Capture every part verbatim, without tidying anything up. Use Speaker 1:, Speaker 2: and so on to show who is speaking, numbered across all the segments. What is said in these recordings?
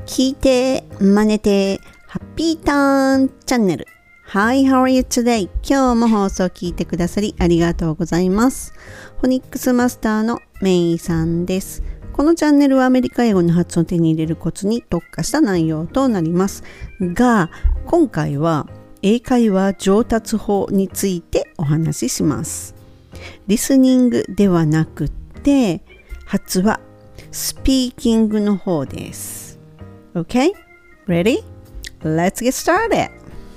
Speaker 1: 聞いて、真似て、ハッピーターンチャンネル。Hi, how are you today? 今日も放送聞いてくださりありがとうございます。フォニックスマスターのメイさんです。このチャンネルはアメリカ英語の発音を手に入れるコツに特化した内容となりますが、今回は英会話上達法についてお話しします。リスニングではなくて、発話、スピーキングの方です。Okay? Ready? Let's get started!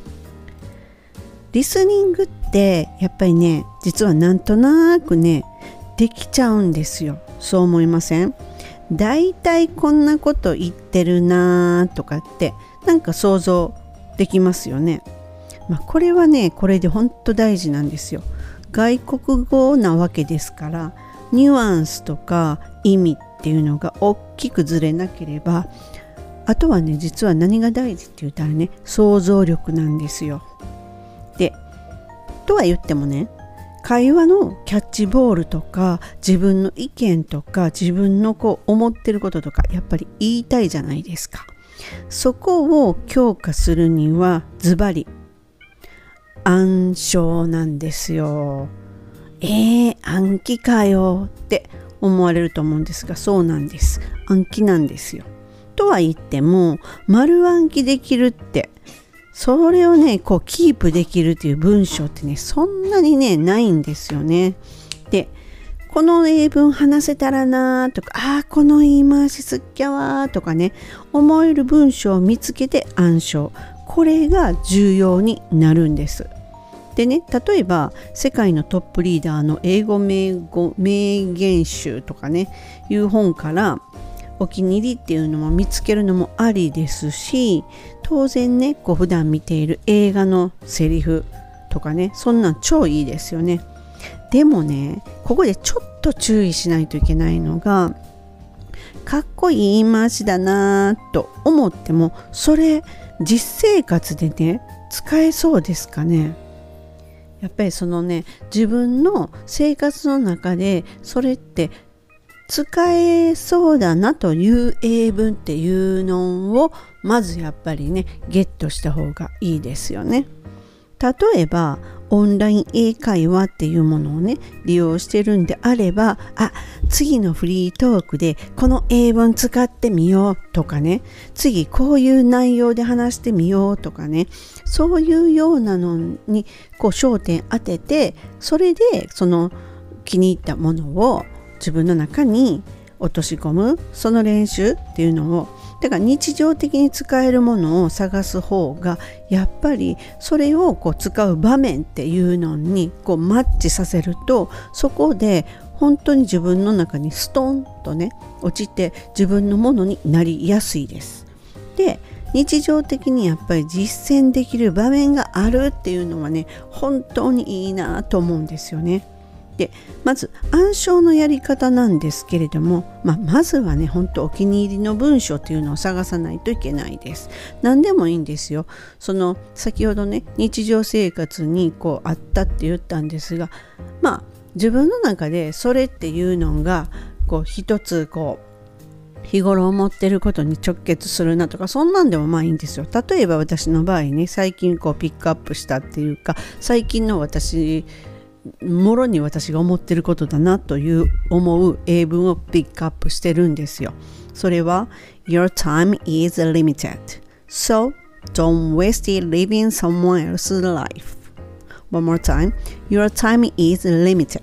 Speaker 1: リスニングってやっぱりね、実はなんとなくね、できちゃうんですよ。そう思いません？だいたいこんなこと言ってるなとかってなんか想像できますよね。まあこれはね、これで本当大事なんですよ。外国語なわけですから、ニュアンスとか意味っていうのが大きくずれなければ、あとはね、実は何が大事って言ったらね、想像力なんですよ。で、とは言ってもね、会話のキャッチボールとか自分の意見とか自分のこう思ってることとかやっぱり言いたいじゃないですか。そこを強化するにはズバリ暗唱なんですよ。えー、暗記かよって思われると思うんですが、そうなんです。暗記なんですよ。とは言っても丸暗記できるって、それをねこうキープできるという文章ってね、そんなにねないんですよね。で、この英文話せたらなとか、あーこの言い回しすっきゃわとかね、思える文章を見つけて暗唱、これが重要になるんです。でね、例えば世界のトップリーダーの英語名語名言集とかねいう本からお気に入りっていうのも見つけるのもありですし、当然ねこう普段見ている映画のセリフとかね、そんなん超いいですよね。でもね、ここでちょっと注意しないといけないのが、かっこいい言い回しだなと思っても、それ実生活でね使えそうですかね。やっぱりそのね、自分の生活の中でそれって使えそうだなという英文っていうのをまずやっぱりねゲットした方がいいですよね。例えばオンライン英会話っていうものをね利用してるんであれば、あ、次のフリートークでこの英文使ってみようとかね、次こういう内容で話してみようとかね、そういうようなのにこう焦点当てて、それでその気に入ったものを自分の中に落とし込む、その練習っていうのを、だから日常的に使えるものを探す方がやっぱりそれをこう使う場面っていうのにこうマッチさせると、そこで本当に自分の中にストンとね落ちて自分のものになりやすいです。で、日常的にやっぱり実践できる場面があるっていうのはね、本当にいいなと思うんですよね。で、まず暗唱のやり方なんですけれども、まあ、まずはね本当お気に入りの文章っていうのを探さないといけないです。何でもいいんですよ。その先ほどね日常生活にこうあったって言ったんですが、まあ自分の中でそれっていうのがこう一つこう日頃思ってることに直結するなとか、そんなんでもまあいいんですよ。例えば私の場合ね、最近こうピックアップしたっていうか、最近の私もろに私が思ってることだなという思う英文をピックアップしてるんですよ。それは Your time is limited, so don't waste it living someone else's life. One more time. Your time is limited,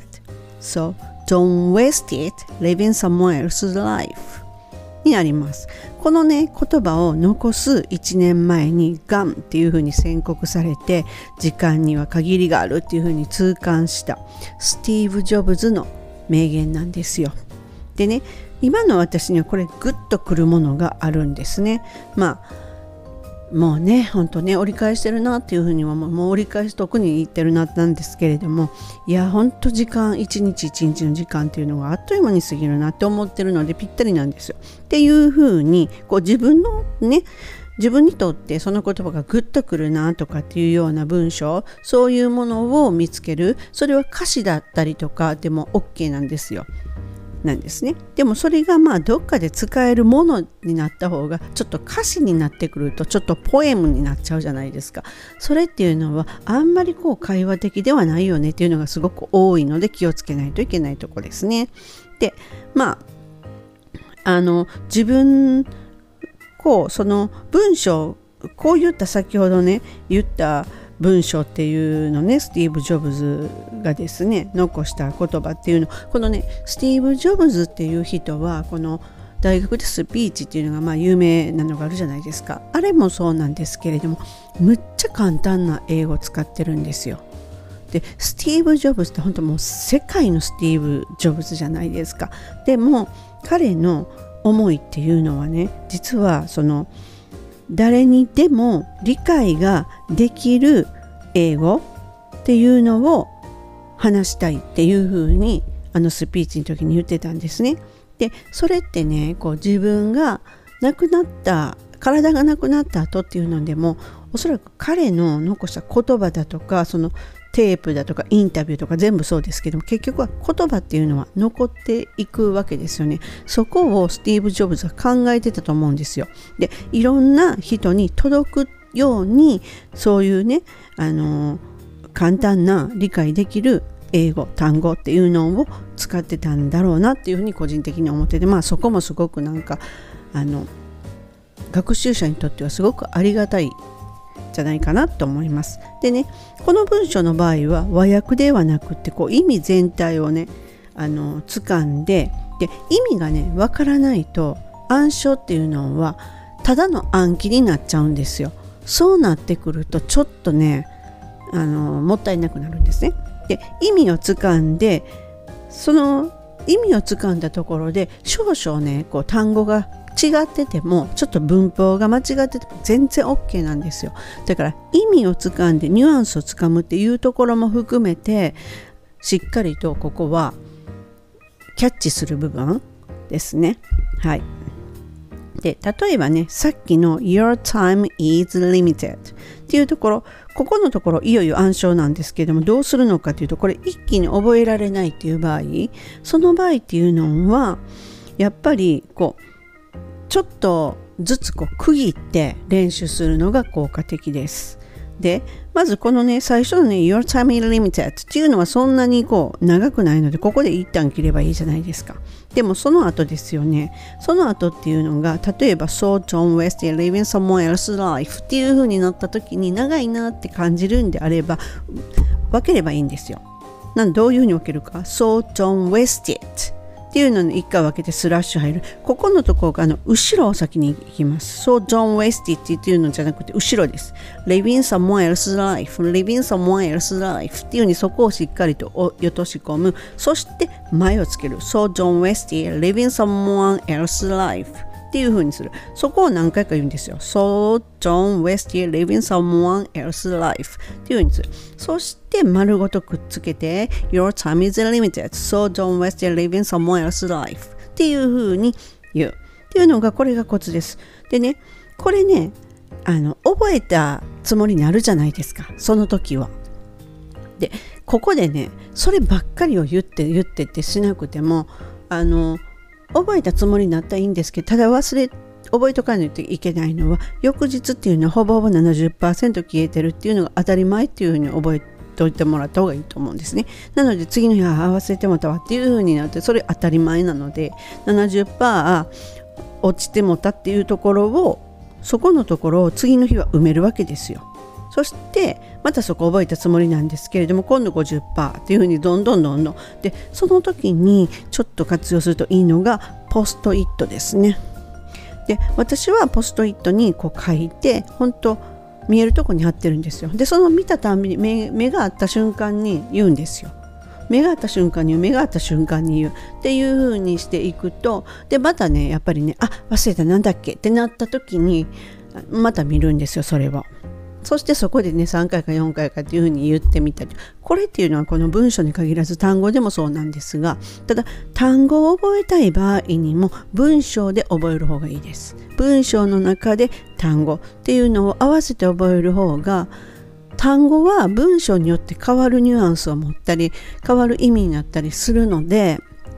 Speaker 1: so don't waste it living someone else's life. になります。このね言葉を残すいちねんまえにガンっていう風に宣告されて、時間には限りがあるっていう風に痛感したスティーブ・ジョブズの名言なんですよ。でね、今の私にはこれグッとくるものがあるんですね。まあもうね本当ね折り返してるなっていうふうにはもう、もう折り返し特に言ってるななんですけれども、いや本当時間一日一日の時間っていうのがあっという間に過ぎるなって思ってるのでぴったりなんですよ。っていうふうにこう自分のね自分にとってその言葉がグッとくるなとかっていうような文章、そういうものを見つける。それは歌詞だったりとかでも OK なんですよ。 なんですね。でもそれがまあどっかで使えるものになった方がちょっと歌詞になってくるとちょっとポエムになっちゃうじゃないですか。それっていうのはあんまりこう会話的ではないよねっていうのがすごく多いので気をつけないといけないところですね。でまああの自分こうその文章こう言った先ほどね言った文章っていうのねスティーブ・ジョブズがですね残した言葉っていうのこのねスティーブ・ジョブズっていう人はこの大学でスピーチっていうのがまあ有名なのがあるじゃないですか。あれもそうなんですけれどもむっちゃ簡単な英語を使ってるんですよ。でスティーブ・ジョブズって本当もう世界のスティーブ・ジョブズじゃないですか。でも彼の思いっていうのはね実はその誰にでも理解ができる英語っていうのを話したいっていうふうにあのスピーチの時に言ってたんですね。でそれってねこう自分が亡くなった体が亡くなった後っていうのでもおそらく彼の残した言葉だとかそのテープだとかインタビューとか全部そうですけども結局は言葉っていうのは残っていくわけですよね。そこをスティーブ・ジョブズは考えてたと思うんですよ。でいろんな人に届くようにそういうねあの簡単な理解できる英語単語っていうのを使ってたんだろうなっていうふうに個人的に思っててまあそこもすごくなんかあの学習者にとってはすごくありがたいじゃないかなと思います。でねこの文章の場合は和訳ではなくてこう意味全体をねあの掴んでで意味がねわからないと暗唱っていうのはただの暗記になっちゃうんですよ。そうなってくるとちょっとねあのもったいなくなるんですね。で意味を掴んでその意味を掴んだところで少々ねこう単語が違っててもちょっと文法が間違ってても全然 OK なんですよ。だから意味をつかんでニュアンスをつかむっていうところも含めてしっかりとここはキャッチする部分ですね。はい。で例えばねさっきの Your time is limited っていうところここのところいよいよ暗唱なんですけれどもどうするのかというとこれ一気に覚えられないっていう場合その場合っていうのはやっぱりこうちょっとずつこう区切って練習するのが効果的です。でまずこのね最初のね Your time is limited っていうのはそんなにこう長くないのでここで一旦切ればいいじゃないですか。でもその後ですよね。その後っていうのが例えば So John West is living someone else's life っていう風になった時に長いなって感じるんであれば分ければいいんですよ。なんどういう風に分けるか So John West itっていうのに一回分けてスラッシュ入るここのところがあの後ろを先に行きます。そうジョン・ウェスティっていうのじゃなくて後ろです。Living someone else's life Living someone else's life っていう風にそこをしっかりと落とし込む。そして前をつける。そうジョン・ウェスティ Living someone else's lifeっていう風にする。そこを何回か言うんですよ。So John West is living someone else's life っていう風にする。そして丸ごとくっつけて Your time is limited. So John West is living someone else's life っていう風に言う。っていうのがこれがコツです。でね、これね、あの覚えたつもりになるじゃないですか。その時は。で、ここでね、そればっかりを言って言ってってしなくても、あの覚えたつもりになったらいいんですけどただ忘れ覚えとかないといけないのは翌日っていうのはほぼほぼ ななじゅっパーセント 消えてるっていうのが当たり前っていうふうに覚えておいてもらった方がいいと思うんですね。なので次の日は忘れてもらったわっていうふうになってそれ当たり前なので ななじゅっパーセント 落ちてもたっていうところをそこのところを次の日は埋めるわけですよ。そしてまたそこ覚えたつもりなんですけれども今度 ごじゅっパーセント っていうふうにどんどんどんどんでその時にちょっと活用するといいのがポストイットですね。で私はポストイットにこう書いて本当見えるとこに貼ってるんですよ。でその見たたんびに 目, 目が合った瞬間に言うんですよ。目が合った瞬間に言う目が合った瞬間に言うっていう風にしていくとでまたねやっぱりねあ忘れたなんだっけってなった時にまた見るんですよそれを。そしてそこでねさんかいかよんかいかっていうふうに言ってみたりこれっていうのはこの文章に限らず単語でもそうなんですがただ単語を覚えたい場合にも文章で覚える方がいいです。文章の中で単語っていうのを合わせて覚える方が単語は文章によって変わるニュアンスを持ったり変わる意味になったりするので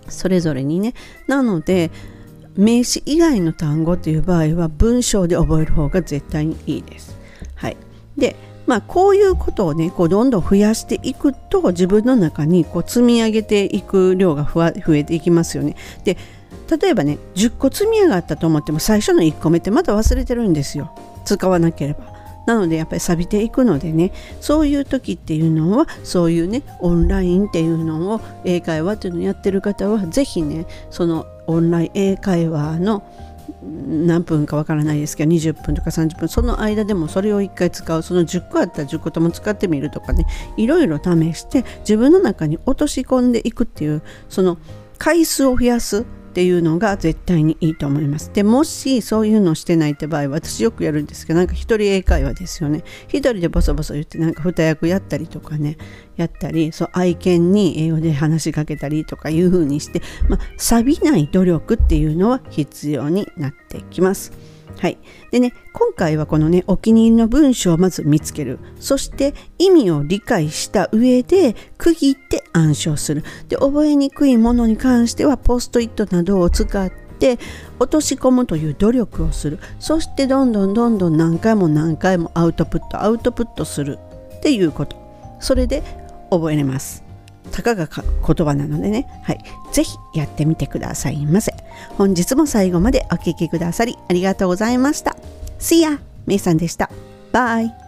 Speaker 1: それぞれにね。なので名詞以外の単語っていう場合は文章で覚える方が絶対にいいです。はい。で、まあこういうことをね、こうどんどん増やしていくと自分の中にこう積み上げていく量が増えていきますよね。で、例えばね、じゅっこ積み上がったと思っても最初のいっこめってまた忘れてるんですよ。使わなければ。なのでやっぱり錆びていくのでね、そういう時っていうのはそういうねオンラインっていうのを英会話っていうのをやってる方はぜひね、そのオンライン英会話の何分かわからないですけどにじゅっぷんとかさんじゅっぷん、その間でもそれをいっかい使う、そのじゅっこあったらじゅっことも使ってみるとかね、いろいろ試して自分の中に落とし込んでいくっていうその回数を増やすっていうのが絶対にいいと思います。でもしそういうのしてないって場合、私よくやるんですけど、なんか一人英会話ですよね。一人でボソボソ言ってなんか二役やったりとかね、やったり、そう愛犬に英語で話しかけたりとかいう風にして、まあ、錆びない努力っていうのは必要になってきます。はい。でね、今回はこのね、お気に入りの文章をまず見つける。そして意味を理解した上で区切って暗唱する。で、覚えにくいものに関してはポストイットなどを使って落とし込むという努力をする。そしてどんどんどんどん何回も何回もアウトプット、アウトプットするっていうこと。それで覚えれます。たかが言葉なのでね、はい、ぜひやってみてくださいませ。本日も最後までお聞きくださりありがとうございました。See ya! めいさんでした。バイ。